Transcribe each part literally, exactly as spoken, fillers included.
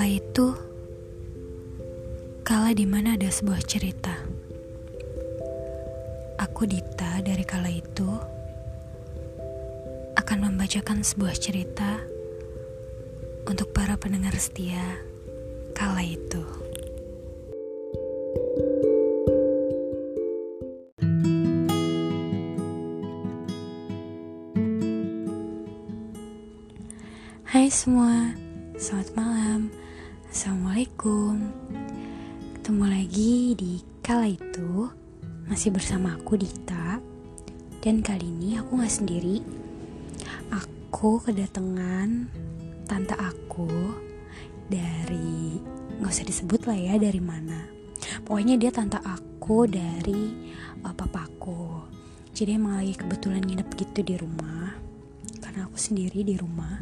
Kala itu, kala di mana ada sebuah cerita. Aku Dita dari kala itu akan membacakan sebuah cerita untuk para pendengar setia kala itu. Hai semua, selamat malam. Assalamualaikum. Ketemu lagi di kala itu, masih bersama aku Dita. Dan kali ini aku gak sendiri. Aku kedatangan tante aku dari, gak usah disebut lah ya dari mana. Pokoknya dia tante aku dari uh, papaku. Jadi emang lagi kebetulan nginep gitu di rumah, karena aku sendiri di rumah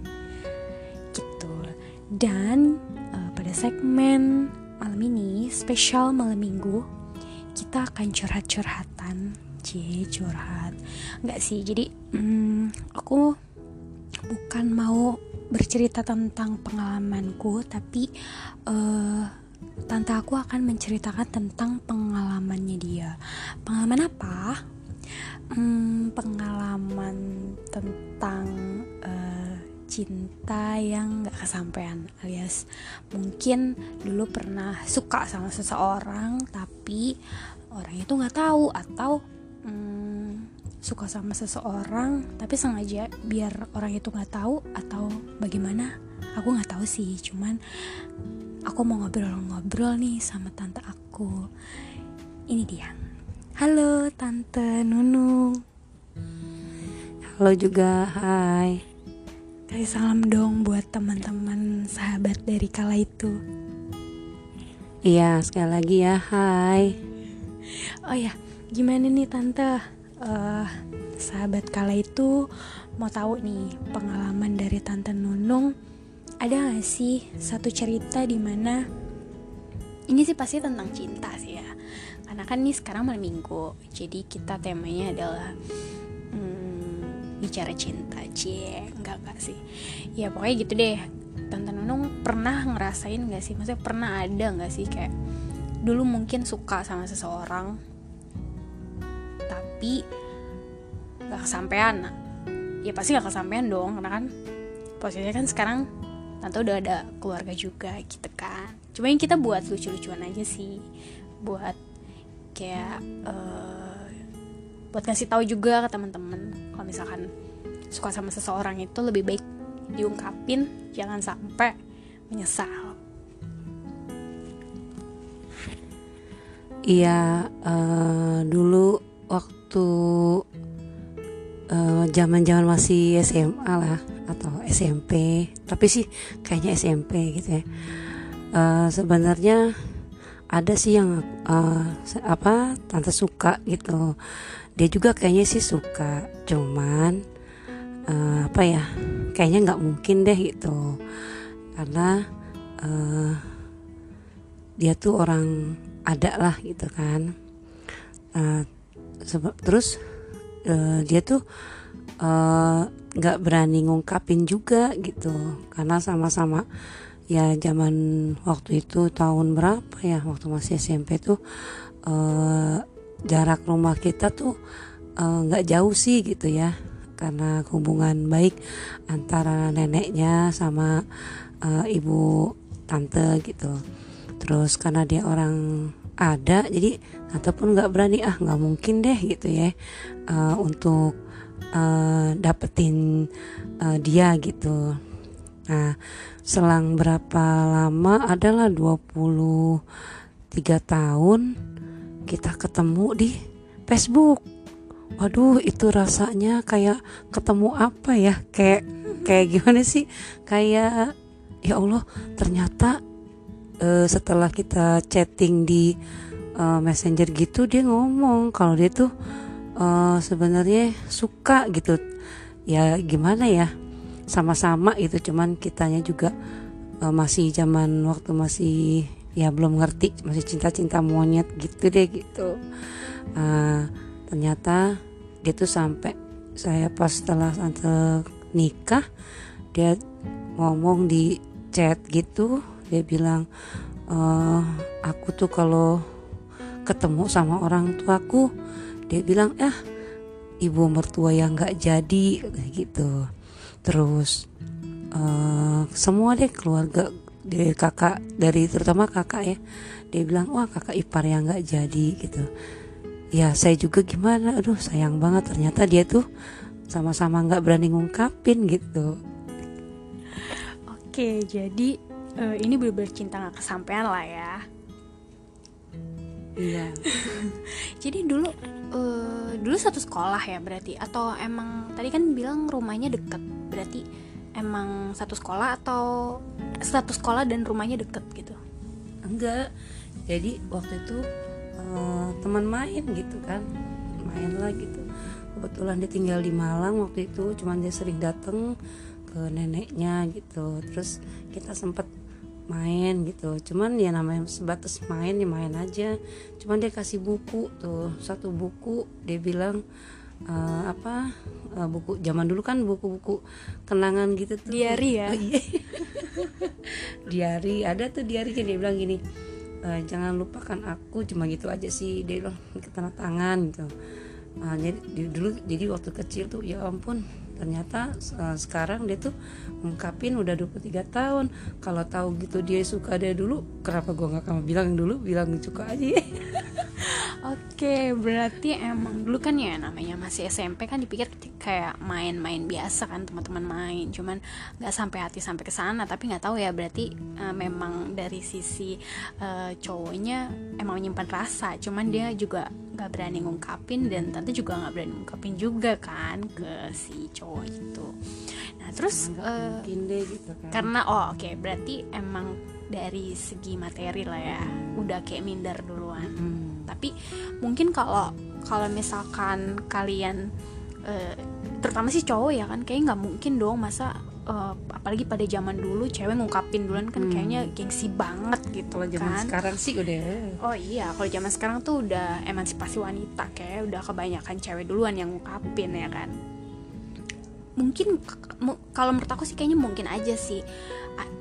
gitu. Dan uh, pada segmen malam ini, spesial malam minggu, kita akan curhat-curhatan. Cie, curhat Enggak sih, jadi hmm, aku bukan mau bercerita tentang pengalamanku, tapi uh, tante aku akan menceritakan tentang pengalamannya dia. Pengalaman apa? Hmm, pengalaman tentang uh, cinta yang gak kesampaian, alias mungkin dulu pernah suka sama seseorang tapi orang itu gak tahu, atau hmm, suka sama seseorang tapi sengaja biar orang itu gak tahu, atau bagaimana, aku gak tahu sih. Cuman aku mau ngobrol-ngobrol nih sama tante aku. Ini dia. Halo Tante Nunung. Halo juga, hai. Kasih salam dong buat teman-teman sahabat dari kala itu. Iya, sekali lagi ya, hai. Oh ya, gimana nih Tante? Uh, sahabat kala itu mau tahu nih pengalaman dari Tante Nunung. Ada gak sih satu cerita di mana, ini sih pasti tentang cinta sih ya, karena kan nih sekarang malam minggu, jadi kita temanya adalah hmm, bicara cinta. Cie, enggak enggak sih. Ya pokoknya gitu deh. Tante Nunung pernah ngerasain gak sih? Maksudnya pernah ada gak sih kayak dulu mungkin suka sama seseorang tapi gak kesampean. Ya pasti gak kesampean dong, karena kan posisinya kan sekarang Tante udah ada keluarga juga gitu kan. Cuma yang kita buat lucu-lucuan aja sih, buat kayak uh, buat ngasih tahu juga ke teman-teman kalau misalkan suka sama seseorang itu lebih baik diungkapin, jangan sampai menyesal. Iya, uh, dulu waktu uh, zaman-zaman masih S M A lah atau S M P, tapi sih kayaknya S M P gitu ya. Uh, sebenarnya ada sih yang uh, apa tante suka gitu. Dia juga kayaknya sih suka, cuman Uh, apa ya, kayaknya nggak mungkin deh gitu, karena uh, dia tuh orang ada lah gitu kan. Uh, seba- terus uh, dia tuh nggak uh, berani ngungkapin juga gitu, karena sama-sama ya zaman waktu itu tahun berapa ya, waktu masih S M P tuh uh, jarak rumah kita tuh nggak uh, jauh sih gitu ya, karena hubungan baik antara neneknya sama uh, ibu tante gitu. Terus karena dia orang ada, jadi tante pun nggak berani, ah nggak mungkin deh gitu ya uh, untuk uh, dapetin uh, dia gitu. Nah, selang berapa lama, adalah dua puluh tiga tahun kita ketemu di Facebook. Waduh, itu rasanya kayak ketemu apa ya, kayak kayak gimana sih, kayak ya Allah, ternyata uh, setelah kita chatting di uh, messenger gitu, dia ngomong kalau dia tuh uh, sebenarnya suka gitu. Ya gimana ya, sama-sama itu, cuman kitanya juga uh, masih zaman waktu masih ya belum ngerti, masih cinta-cinta monyet gitu deh gitu. Uh, ternyata dia tuh sampai saya pas setelah tante nikah, dia ngomong di chat gitu dia bilang uh, aku tuh kalau ketemu sama orang tuaku, dia bilang ah ibu mertua yang nggak jadi gitu. Terus uh, semua deh keluarga dari kakak, dari terutama kakak ya, dia bilang wah kakak ipar yang nggak jadi gitu. Ya saya juga gimana, aduh sayang banget ternyata dia tuh sama-sama nggak berani ngungkapin gitu. Oke, jadi uh, ini bener-bener cinta nggak kesampaian lah ya. Iya. Jadi dulu uh, dulu satu sekolah ya berarti, atau emang tadi kan bilang rumahnya deket, berarti emang satu sekolah atau satu sekolah dan rumahnya deket gitu? Enggak. Jadi waktu itu uh, teman main gitu kan, main lah gitu. Kebetulan dia tinggal di Malang waktu itu, cuman dia sering datang ke neneknya gitu. Terus kita sempet main gitu, cuman ya namanya sebatas main ya main aja. Cuman dia kasih buku tuh, satu buku dia bilang uh, apa uh, buku zaman dulu kan, buku-buku kenangan gitu tuh, diary ya. Oh, iya. Diary, ada tuh diary-nya, dia bilang gini, e, jangan lupakan aku, cuma gitu aja sih dia bilang, tanda tangan gitu. Uh, jadi dulu, jadi waktu kecil tuh ya ampun, ternyata uh, sekarang dia tuh ngungkapin udah dua puluh tiga tahun. Kalau tahu gitu dia suka dia dulu, kenapa gue nggak kamu bilang dulu, bilang suka aja. Oke, berarti emang dulu kan ya namanya masih S M P kan dipikir kayak main-main biasa kan, teman-teman main, cuman nggak sampai hati sampai ke sana. Tapi nggak tahu ya, berarti uh, memang dari sisi uh, cowoknya emang menyimpan rasa, cuman dia juga nggak berani ngungkapin, dan tante juga nggak berani ngungkapin juga kan ke si cowok itu. Nah terus uh, mungkin deh gitu kan. Karena oh oke okay, berarti emang dari segi materi lah ya udah kayak minder duluan. Hmm. Tapi mungkin kalau kalau misalkan kalian uh, terutama sih cowok ya kan, kayaknya nggak mungkin dong masa uh, apalagi pada zaman dulu cewek ngungkapin duluan kan, hmm. kayaknya gengsi banget gitu. Kalau zaman kan sekarang sih udah, oh iya kalau zaman sekarang tuh udah emansipasi wanita, kayak udah kebanyakan cewek duluan yang ngungkapin ya kan. Mungkin k- m- kalau menurut aku sih kayaknya mungkin aja sih. A-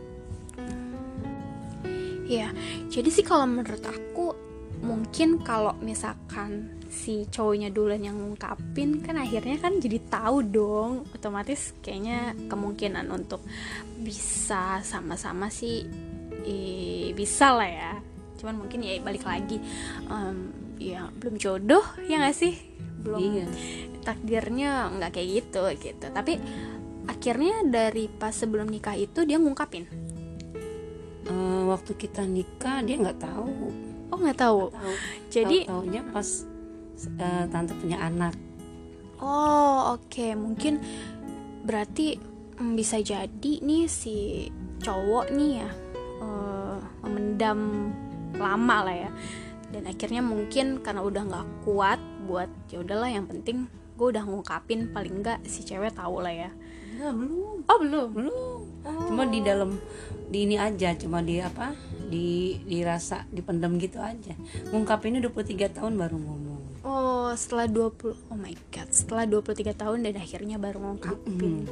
ya jadi sih kalau menurut aku mungkin kalau misalkan si cowoknya duluan yang ngungkapin kan, akhirnya kan jadi tahu dong, otomatis kayaknya kemungkinan untuk bisa sama-sama sih eh, bisa lah ya. Cuman mungkin ya balik lagi um, ya belum jodoh ya nggak sih, belum iya. Takdirnya nggak kayak gitu gitu. Tapi akhirnya dari pas sebelum nikah itu dia ngungkapin. Uh, waktu kita nikah dia nggak tahu. Oh nggak tahu. tahu. Jadi tahu-taunya pas uh, tante punya anak. Oh oke okay. Mungkin berarti mm, bisa jadi nih si cowok nih ya uh, memendam lama lah ya, dan akhirnya mungkin karena udah nggak kuat buat ya udahlah yang penting gue udah ngungkapin, paling enggak si cewek tahu lah ya. Nah, belum. Oh belum Belum. Oh. Cuma di dalam di ini aja, cuma di apa? Di dirasa, dipendam gitu aja. Ngungkapinnya dua puluh tiga tahun baru ngomong. Oh, setelah dua puluh. Oh my god, setelah dua puluh tiga tahun dan akhirnya baru ngungkapin.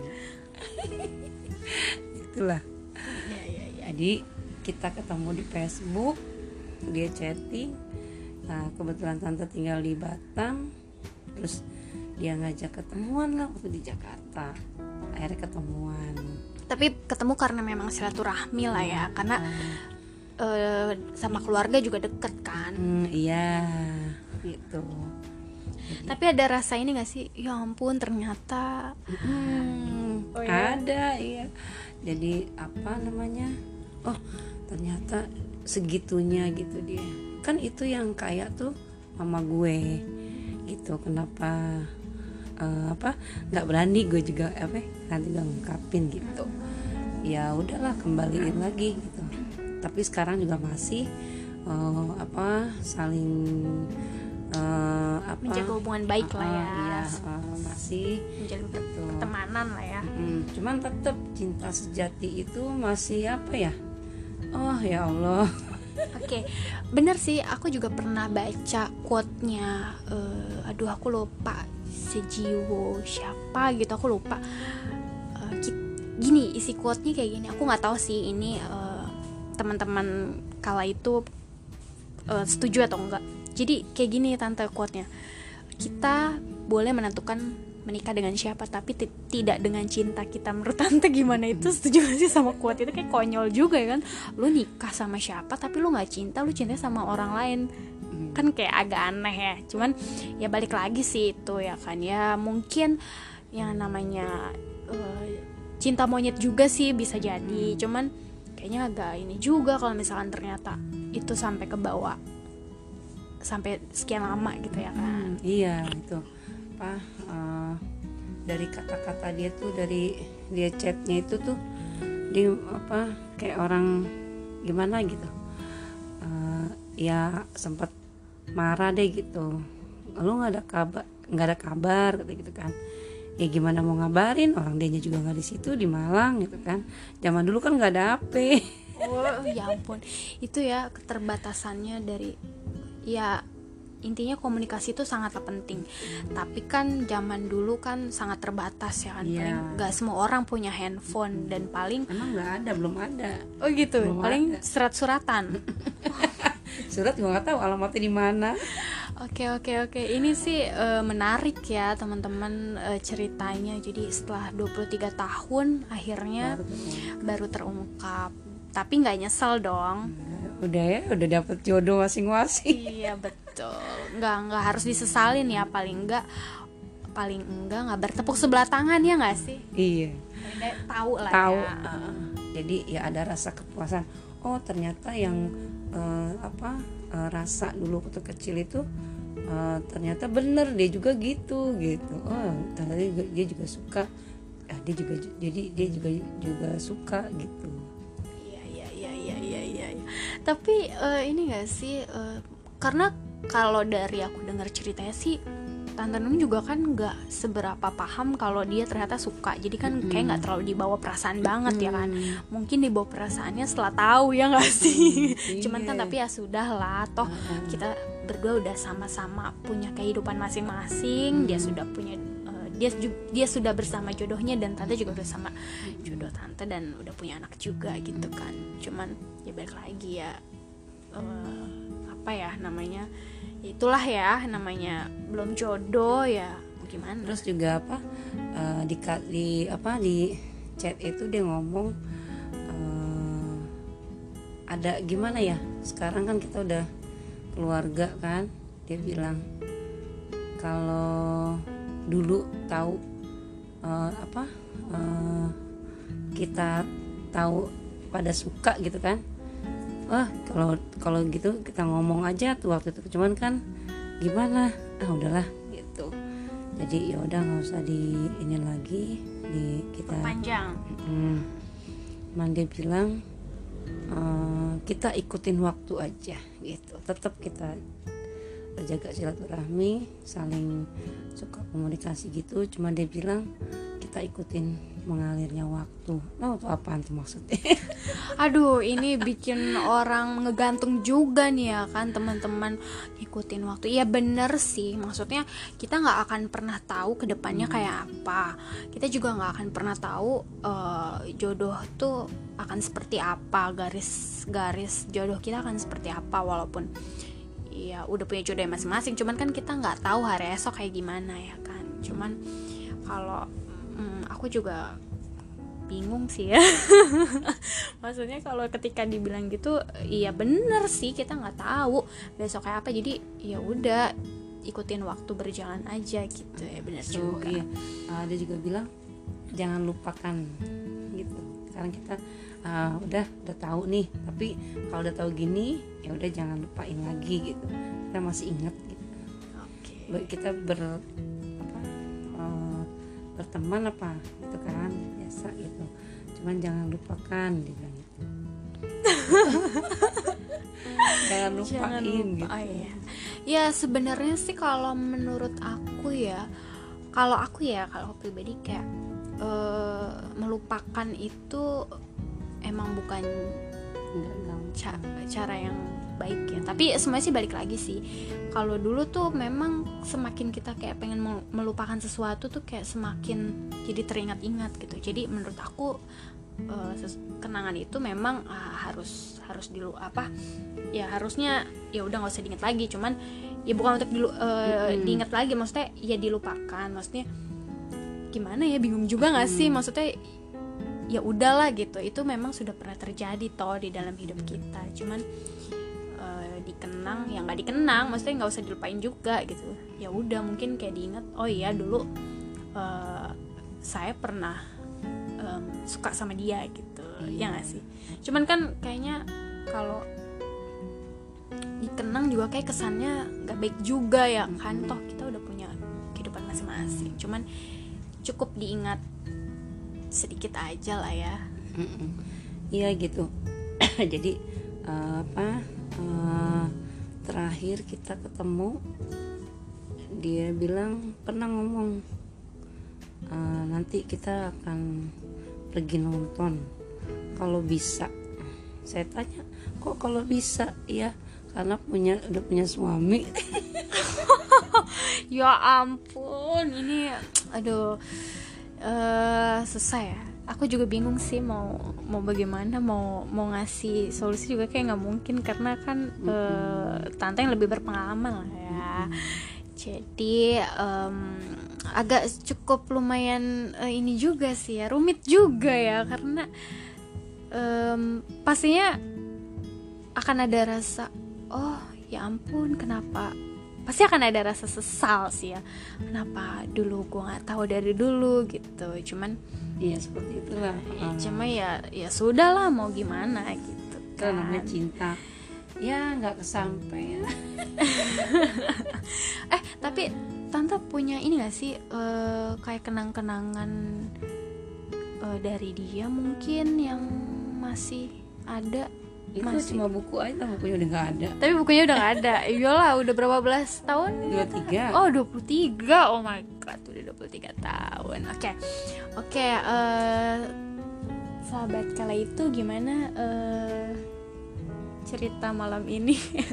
Itulah. Ya ya ya. Jadi kita ketemu di Facebook, dia chatting. Nah, kebetulan tante tinggal di Batam. Terus dia ngajak ketemuan lah waktu di Jakarta. Akhirnya ketemuan. Tapi ketemu karena memang silaturahmi lah ya, karena uh, sama keluarga juga deket kan. Hmm, iya, gitu. Jadi, tapi ada rasa ini gak sih, ya ampun ternyata hmm, oh, iya? Ada, iya. Jadi apa namanya? Oh, ternyata segitunya gitu dia. Kan itu yang kayak tuh mama gue, gitu. Kenapa? Uh, apa nggak berani gue juga apa nanti gue ngungkapin gitu. Ya udahlah, kembaliin lagi gitu. Tapi sekarang juga masih uh, apa saling uh, apa menjaga hubungan baik uh, lah ya. Iya, uh, masih menjaga gitu. pertemanan lah ya. Mm-hmm. Cuman tetap cinta sejati itu masih apa ya? Oh ya Allah. Oke, okay. Bener sih, aku juga pernah baca quote-nya. Uh, aduh, aku lupa. Sejiwo siapa gitu, aku lupa. Uh, gini, isi quote-nya kayak gini. Aku nggak tahu sih ini uh, teman-teman kala itu uh, setuju atau enggak. Jadi kayak gini tante quote-nya, kita boleh menentukan menikah dengan siapa, tapi t- tidak dengan cinta kita. Menurut tante gimana itu, setuju gak sih sama quote itu? Kayak konyol juga ya kan, lu nikah sama siapa tapi lu gak cinta, lu cinta sama orang lain, kan kayak agak aneh ya. Cuman ya balik lagi sih itu ya kan, ya mungkin yang namanya uh, cinta monyet juga sih bisa jadi, cuman kayaknya agak ini juga kalau misalkan ternyata itu sampai ke bawah sampai sekian lama gitu ya kan. Hmm, iya itu apa uh, dari kata-kata dia tuh, dari dia chatnya itu tuh dia apa kayak orang gimana gitu, uh, ya sempat marah deh gitu, lu nggak ada kabar nggak ada kabar gitu kan. Ya gimana mau ngabarin, orang dianya juga nggak di situ, di Malang gitu kan. Zaman dulu kan nggak ada H P. Oh ya ampun, itu ya keterbatasannya dari, ya intinya komunikasi itu sangatlah penting. Tapi kan zaman dulu kan sangat terbatas ya kan, Iya. paling nggak semua orang punya handphone, dan paling Emang nggak ada, belum ada. oh gitu, Belum paling ada. surat-suratan. Surat juga nggak tahu alamatnya di mana. Oke oke oke, ini sih uh, menarik ya teman-teman, uh, ceritanya. Jadi setelah dua puluh tiga tahun akhirnya Baru baru terungkap. Tapi nggak nyesel dong. udah ya, udah dapet jodoh masing-masing. Iya betul, nggak nggak harus disesalin ya, paling enggak paling enggak nggak bertepuk sebelah tangan ya nggak sih? Iya. Paling nggak tahu lah Tahu. ya. uh, jadi ya ada rasa kepuasan. Oh ternyata yang uh, apa uh, rasa dulu waktu kecil itu uh, ternyata bener, dia juga gitu gitu. Oh ternyata dia, dia juga suka. Ah, dia juga jadi dia juga juga suka gitu. Iya iya iya iya iya iya. Tapi uh, ini nggak sih, uh, karena kalau dari aku dengar ceritanya sih, Tante Nun juga kan nggak seberapa paham kalau dia ternyata suka. Jadi kan kayak nggak terlalu dibawa perasaan banget ya kan. Mungkin dibawa perasaannya setelah tahu ya nggak sih. Cuman kan tapi ya sudah lah, toh kita berdua udah sama-sama punya kehidupan masing-masing. Dia sudah punya uh, dia ju- dia sudah bersama jodohnya, dan tante juga udah sama jodoh tante dan udah punya anak juga gitu kan. Cuman ya balik lagi ya, uh, apa ya namanya, itulah ya namanya belum jodoh ya, gimana. Terus juga apa uh, di, di apa di chat itu dia ngomong uh, ada gimana ya, sekarang kan kita udah keluarga kan, dia bilang kalau dulu tahu uh, apa uh, kita tahu pada suka gitu kan, wah kalau kalau gitu kita ngomong aja tuh waktu itu, cuman kan gimana, ah udahlah gitu. Jadi ya udah nggak usah di ini lagi di kita panjang. Hmm, cuman dia bilang uh, kita ikutin waktu aja gitu. Tetap kita jaga silaturahmi, saling suka komunikasi gitu. Cuman dia bilang kita ikutin mengalirnya waktu. Nah, itu apaan tuh maksudnya? Aduh, ini bikin orang ngegantung juga nih ya kan teman-teman, ngikutin waktu. Iya bener sih, maksudnya kita nggak akan pernah tahu kedepannya hmm. kayak apa. Kita juga nggak akan pernah tahu uh, jodoh tuh akan seperti apa, garis-garis jodoh kita akan seperti apa. Walaupun ya udah punya jodoh masing-masing, cuman kan kita nggak tahu hari esok kayak gimana ya kan. Cuman kalau hmm, aku juga bingung sih ya. Maksudnya kalau ketika dibilang gitu, iya bener sih, kita nggak tahu besok kayak apa. Jadi ya udah ikutin waktu berjalan aja gitu ya, bener So, juga. Iya. Uh, dia juga bilang jangan lupakan gitu. Sekarang kita uh, udah udah tahu nih, tapi kalau udah tahu gini ya udah jangan lupain lagi gitu. Kita masih ingat gitu. Oke. Kita ber apa uh, berteman apa gitu kan, biasa gitu, cuman jangan lupakan dia bilang gitu. Jangan lupain Jangan lupa, gitu. oh iya. Ya sebenarnya sih kalau menurut aku ya, kalau aku ya kalau aku pribadi kayak uh, melupakan itu emang bukan ca- cara yang baik ya. Tapi semuanya sih balik lagi sih. Kalau dulu tuh memang semakin kita kayak pengen melupakan sesuatu tuh kayak semakin jadi teringat-ingat gitu. Jadi menurut aku uh, ses- kenangan itu memang uh, harus harus dilu apa ya harusnya ya udah nggak usah diingat lagi, cuman ya bukan untuk dilu, uh, mm-hmm. diingat lagi, maksudnya ya dilupakan, maksudnya gimana ya, bingung juga nggak mm-hmm. sih, maksudnya ya udahlah gitu, itu memang sudah pernah terjadi toh di dalam hidup kita, cuman uh, dikenang ya nggak dikenang, maksudnya nggak usah dilupain juga gitu, ya udah mungkin kayak diingat, oh iya dulu uh, saya pernah um, suka sama dia gitu, ya nggak sih, cuman kan kayaknya kalau dikenang juga kayak kesannya nggak baik juga ya kan, toh kita udah punya kehidupan masing-masing, cuman cukup diingat sedikit aja lah ya. Iya gitu. Jadi uh, apa uh, terakhir kita ketemu dia bilang pernah ngomong uh, nanti kita akan pergi nonton kalau bisa. Saya tanya kok kalau bisa, ya karena punya udah punya suami. Ya ampun, ini aduh uh, susah ya. Aku juga bingung sih mau mau bagaimana, mau mau ngasih solusi juga kayak nggak mungkin karena kan mm-hmm. uh, tante yang lebih berpengalaman lah ya. Mm-hmm. Jadi um, agak cukup lumayan uh, ini juga sih ya, rumit juga ya karena um, pastinya akan ada rasa oh ya ampun kenapa, pasti akan ada rasa sesal sih ya, kenapa dulu gue nggak tahu dari dulu gitu, cuman iya seperti itulah ya, cuma ya ya sudah lah mau gimana gitu kan, namanya cinta ya nggak kesampaian. eh tapi tante punya ini nggak sih uh, kayak kenang-kenangan uh, dari dia mungkin yang masih ada? Itu masih. Cuma buku aja, bukunya udah nggak ada. Tapi bukunya udah nggak ada. Iyalah, udah berapa belas tahun? dua puluh tiga. Oh, dua puluh tiga. Oh my god, udah dua puluh tiga tahun. Oke. Okay. Oke, okay, uh, sahabat kala itu gimana uh, cerita malam ini?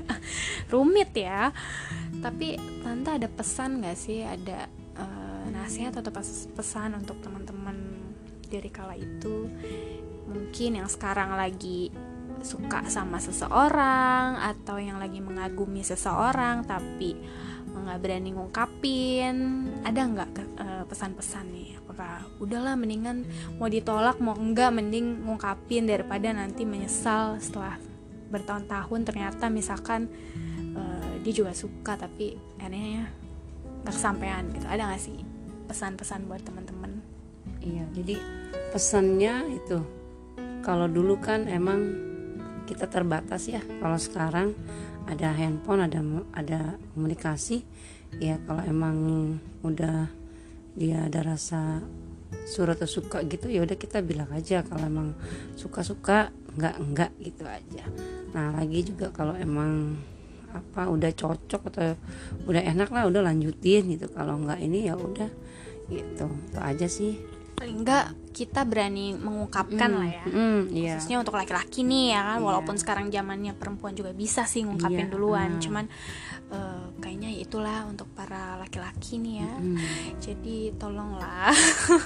Rumit ya. Tapi tante ada pesan nggak sih? Ada uh, nasihat atau pesan untuk teman-teman dari kala itu? Mungkin yang sekarang lagi suka sama seseorang atau yang lagi mengagumi seseorang tapi nggak berani ngungkapin, ada nggak uh, pesan-pesan nih? Apakah udahlah mendingan mau ditolak mau enggak mending ngungkapin daripada nanti menyesal setelah bertahun-tahun ternyata misalkan uh, dia juga suka tapi akhirnya nggak kesampaian gitu, ada nggak sih pesan-pesan buat teman-teman? Iya, jadi pesannya itu kalau dulu kan emang kita terbatas ya, kalau sekarang ada handphone, ada ada komunikasi ya, kalau emang udah dia ada rasa suruh atau suka gitu ya udah kita bilang aja, kalau emang suka-suka, enggak enggak gitu aja. Nah lagi juga kalau emang apa udah cocok atau udah enak lah udah lanjutin gitu, kalau enggak ini ya udah gitu, itu aja sih. Paling enggak kita berani mengungkapkan mm, lah ya mm, yeah. khususnya untuk laki-laki nih ya kan, walaupun yeah. sekarang zamannya perempuan juga bisa sih ngungkapin yeah. duluan, mm. cuman uh, kayaknya itulah untuk para laki-laki nih ya, mm. jadi tolonglah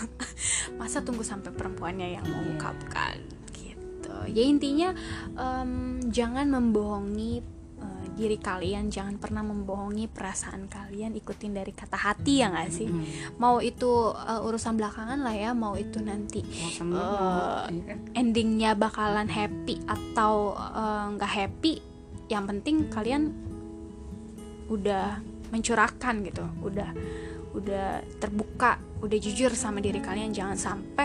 masa tunggu sampai perempuannya yang mengungkapkan yeah. gitu ya, intinya um, jangan membohongi diri kalian, jangan pernah membohongi perasaan kalian, ikutin dari kata hati ya nggak sih, mm-hmm. mau itu uh, urusan belakangan lah ya, mau itu nanti uh, endingnya bakalan happy atau nggak uh, happy, yang penting kalian udah mencurahkan gitu, udah udah terbuka, udah jujur sama diri kalian, jangan sampai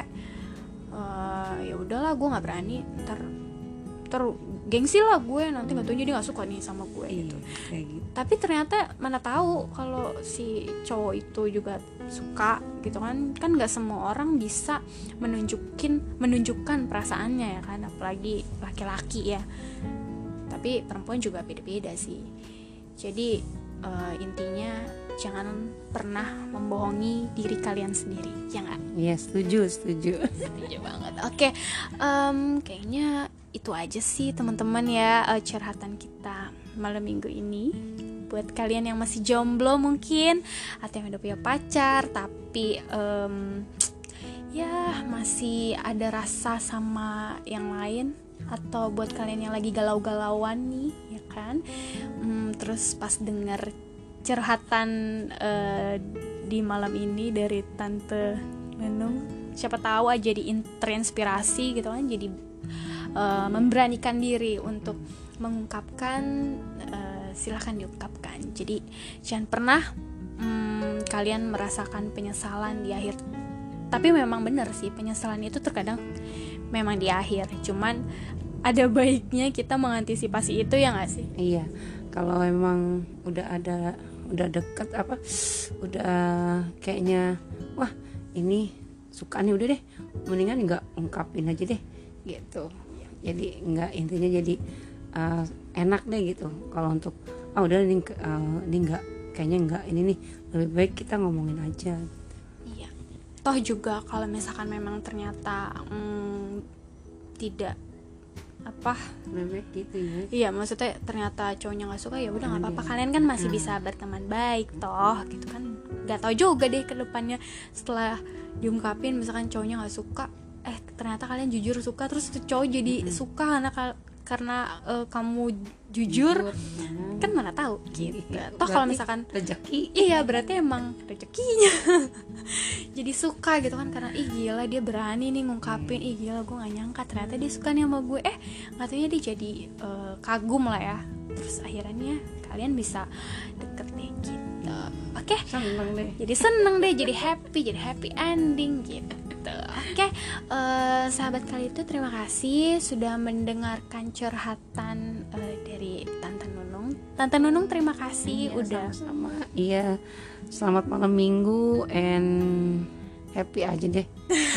uh, ya udahlah gue nggak berani, ntar ntar gengsi lah gue nanti nggak tahu jadi nggak suka nih sama gue gitu. gitu. Tapi ternyata mana tahu kalau si cowok itu juga suka gitu kan, kan nggak semua orang bisa menunjukin menunjukkan perasaannya ya kan, apalagi laki-laki ya. Tapi perempuan juga beda-beda sih. Jadi uh, intinya jangan pernah membohongi diri kalian sendiri, ya nggak? Iya setuju setuju. Setuju banget. Oke, okay. um, kayaknya itu aja sih teman-teman ya uh, curhatan kita malam minggu ini. Buat kalian yang masih jomblo mungkin, atau yang udah punya pacar tapi um, ya masih ada rasa sama yang lain, atau buat kalian yang lagi galau-galauan nih ya kan, hmm, terus pas denger curhatan uh, di malam ini dari Tante Nunung, siapa tahu aja jadi terinspirasi gitu kan, jadi uh, memberanikan diri untuk mengungkapkan, uh, silahkan diungkapkan. Jadi jangan pernah um, kalian merasakan penyesalan di akhir. Tapi memang benar sih, penyesalan itu terkadang memang di akhir. Cuman ada baiknya kita mengantisipasi itu, ya nggak sih? Iya, kalau emang udah ada, udah deket apa, udah kayaknya, wah ini suka nih, udah deh, mendingan nggak ungkapin aja deh, gitu. Jadi nggak, intinya jadi uh, enak deh gitu. Kalau untuk, ah udah ini, uh, ini nggak, kayaknya nggak ini nih, lebih baik kita ngomongin aja. Toh juga kalau misalkan memang ternyata hmm, tidak apa memek gitu ya, iya maksudnya ternyata cowoknya nggak suka, ya udah nggak apa-apa, kalian kan masih bisa berteman baik toh gitu kan. Nggak tahu juga deh ke depannya setelah diungkapin misalkan cowoknya nggak suka, eh ternyata kalian jujur suka, terus cowok jadi suka karena karena uh, kamu jujur, jujur. Kan mana tahu gitu. Toh kalau misalkan rezeki, iya berarti emang rezekinya. Jadi suka gitu kan, karena ih gila dia berani nih ngungkapin, ih gila gue gak nyangka ternyata dia suka nih sama gue, eh katanya dia jadi uh, kagum lah ya, terus akhirnya kalian bisa deket deh gitu. Oke, okay? Seneng deh, jadi seneng deh, jadi happy, jadi happy ending gitu. Oke, okay, uh, sahabat kali itu terima kasih sudah mendengarkan curhatan uh, dari Tante Nunung. Tante Nunung terima kasih iya, udah sama-sama. Iya, selamat malam minggu and happy aja deh.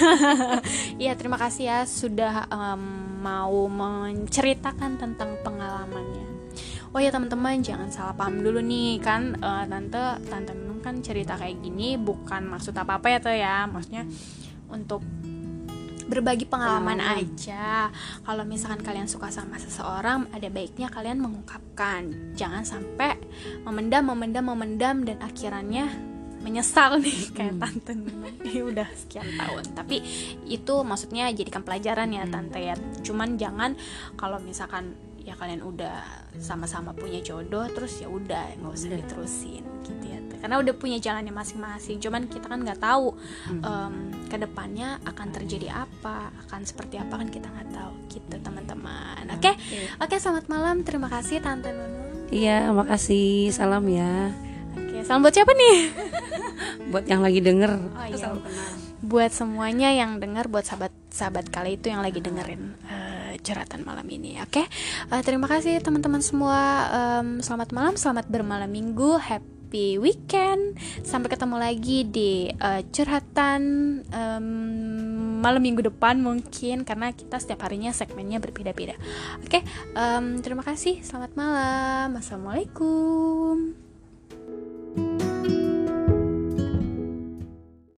Iya, terima kasih ya sudah um, mau menceritakan tentang pengalamannya. Oh ya teman-teman, jangan salah paham dulu nih kan, uh, tante tante Nunung kan cerita kayak gini bukan maksud apa-apa ya tuh ya, maksudnya untuk berbagi pengalaman hmm. aja. Kalau misalkan kalian suka sama seseorang, ada baiknya kalian mengungkapkan. Jangan sampai memendam, memendam, memendam dan akhirannya menyesal nih kayak hmm. Tante Nunung ini udah sekian tahun. Tapi itu maksudnya jadikan pelajaran ya Tante ya. Cuman jangan kalau misalkan ya kalian udah sama-sama punya jodoh terus ya udah nggak usah diterusin gitu ya, karena udah punya jalannya masing-masing. Cuman kita kan nggak tahu hmm. um, kedepannya akan terjadi apa, akan seperti apa kan kita nggak tahu gitu teman-teman. Oke, okay? oke okay, selamat malam, terima kasih Tante Nunung. Iya, makasih, salam ya. Oke, okay, salam buat siapa nih? Buat yang lagi denger. Oh, iya. Salam kenal. Buat semuanya yang dengar, buat sahabat-sahabat kali itu yang lagi dengerin uh, curhatan malam ini, oke? Okay? Uh, terima kasih teman-teman semua. Um, selamat malam, selamat bermalam minggu, happy weekend. Sampai ketemu lagi di uh, curhatan um, malam minggu depan mungkin, karena kita setiap harinya segmennya berbeda-beda. Oke, okay? um, terima kasih. Selamat malam. Assalamualaikum.